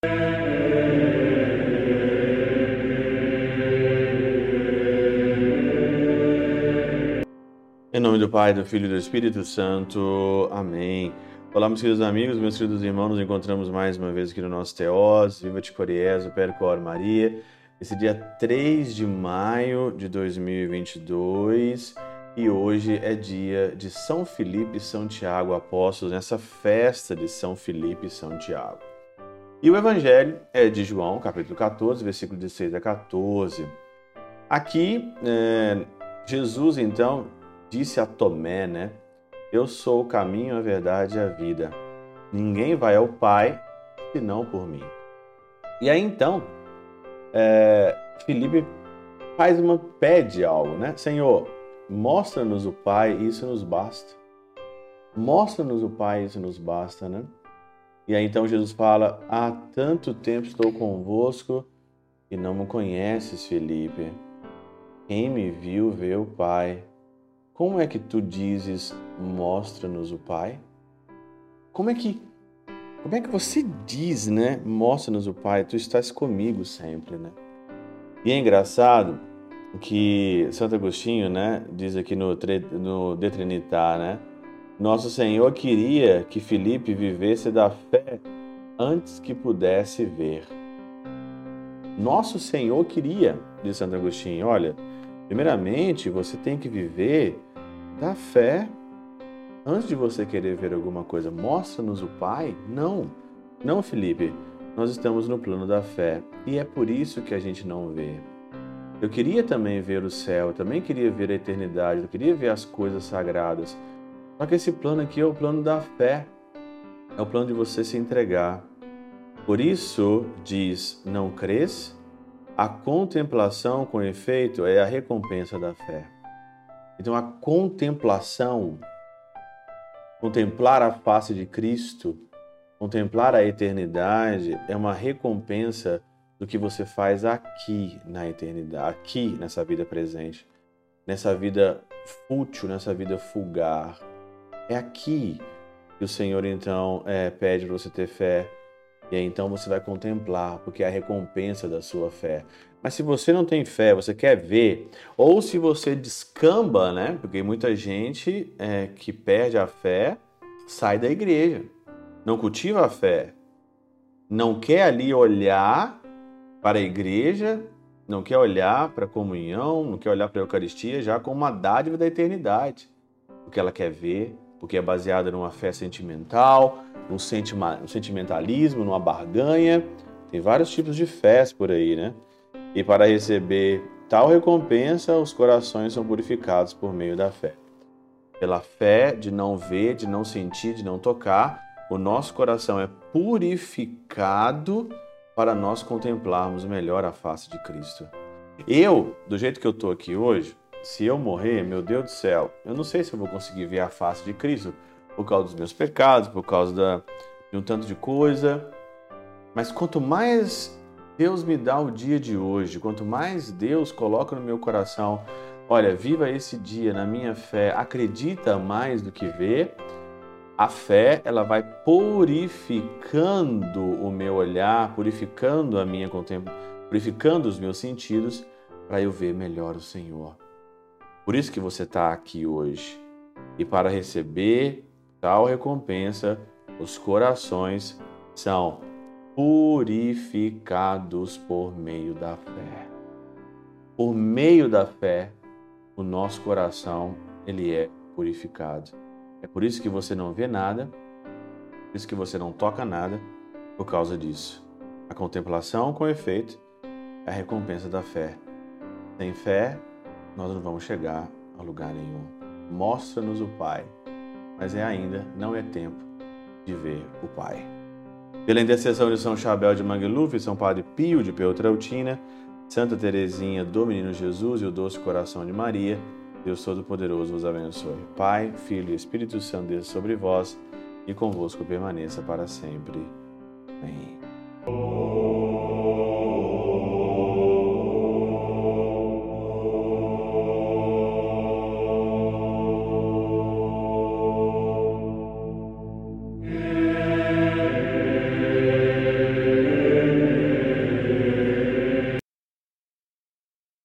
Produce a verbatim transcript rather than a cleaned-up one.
Em nome do Pai, do Filho e do Espírito Santo. Amém. Olá, meus queridos amigos, meus queridos irmãos, nos encontramos mais uma vez aqui no nosso Teós, Viva te Coriésio, Percor Maria, esse dia três de maio de dois mil e vinte e dois, e hoje é dia de São Filipe e São Tiago Apóstolos, nessa festa de São Filipe e São Tiago. E o Evangelho é de João, capítulo catorze, versículo de seis a quatorze. Aqui, é, Jesus, então, disse a Tomé, né? Eu sou o caminho, a verdade e a vida. Ninguém vai ao Pai senão por mim. E aí então, é, Filipe faz uma, pede algo, né? Senhor, mostra-nos o Pai, isso nos basta. Mostra-nos o Pai, isso nos basta, né? E aí então Jesus fala, há tanto tempo estou convosco e não me conheces, Filipe. Quem me viu, vê o Pai. Como é que tu dizes, mostra-nos o Pai? Como é que, como é que você diz, né? Mostra-nos o Pai, tu estás comigo sempre, né? E é engraçado que Santo Agostinho, né, diz aqui no, no De Trinitar, né? Nosso Senhor queria que Filipe vivesse da fé antes que pudesse ver. Nosso Senhor queria, diz Santo Agostinho, olha, primeiramente você tem que viver da fé antes de você querer ver alguma coisa. Mostra-nos o Pai? Não, não, Filipe. Nós estamos no plano da fé e é por isso que a gente não vê. Eu queria também ver o céu, eu também queria ver a eternidade, eu queria ver as coisas sagradas. Só que esse plano aqui é o plano da fé, é o plano de você se entregar. Por isso, diz, não crês? A contemplação, com efeito, é a recompensa da fé. Então, a contemplação, contemplar a face de Cristo, contemplar a eternidade, é uma recompensa do que você faz aqui na eternidade, aqui nessa vida presente, nessa vida fútil, nessa vida fulgar. É aqui que o Senhor, então, é, pede para você ter fé. E aí, então, você vai contemplar, porque é a recompensa da sua fé. Mas se você não tem fé, você quer ver, ou se você descamba, né? Porque muita gente é, que perde a fé sai da igreja, não cultiva a fé, não quer ali olhar para a igreja, não quer olhar para a comunhão, não quer olhar para a Eucaristia já como uma dádiva da eternidade. Porque ela quer ver, porque é baseada numa fé sentimental, num sentimentalismo, numa barganha. Tem vários tipos de fés por aí, né? E para receber tal recompensa, os corações são purificados por meio da fé. Pela fé de não ver, de não sentir, de não tocar, o nosso coração é purificado para nós contemplarmos melhor a face de Cristo. Eu, do jeito que eu estou aqui hoje, se eu morrer, meu Deus do céu, eu não sei se eu vou conseguir ver a face de Cristo por causa dos meus pecados, por causa da, de um tanto de coisa. Mas quanto mais Deus me dá o dia de hoje, quanto mais Deus coloca no meu coração, olha, viva esse dia na minha fé, acredita mais do que vê, a fé ela vai purificando o meu olhar, purificando a minha contemplação, purificando os meus sentidos para eu ver melhor o Senhor. Por isso que você está aqui hoje. E para receber tal recompensa, os corações são purificados por meio da fé. Por meio da fé, o nosso coração ele é purificado. É por isso que você não vê nada, por isso que você não toca nada, por causa disso. A contemplação, com efeito, é a recompensa da fé. Sem fé, nós não vamos chegar a lugar nenhum. Mostra-nos o Pai, mas é ainda não é tempo de ver o Pai. Pela intercessão de São Chabel de Mangluf, São Padre Pio de Peltrautina, Santa Teresinha do Menino Jesus e o Doce Coração de Maria, Deus Todo-Poderoso vos abençoe. Pai, Filho e Espírito Santo, Deus sobre vós e convosco permaneça para sempre. Amém.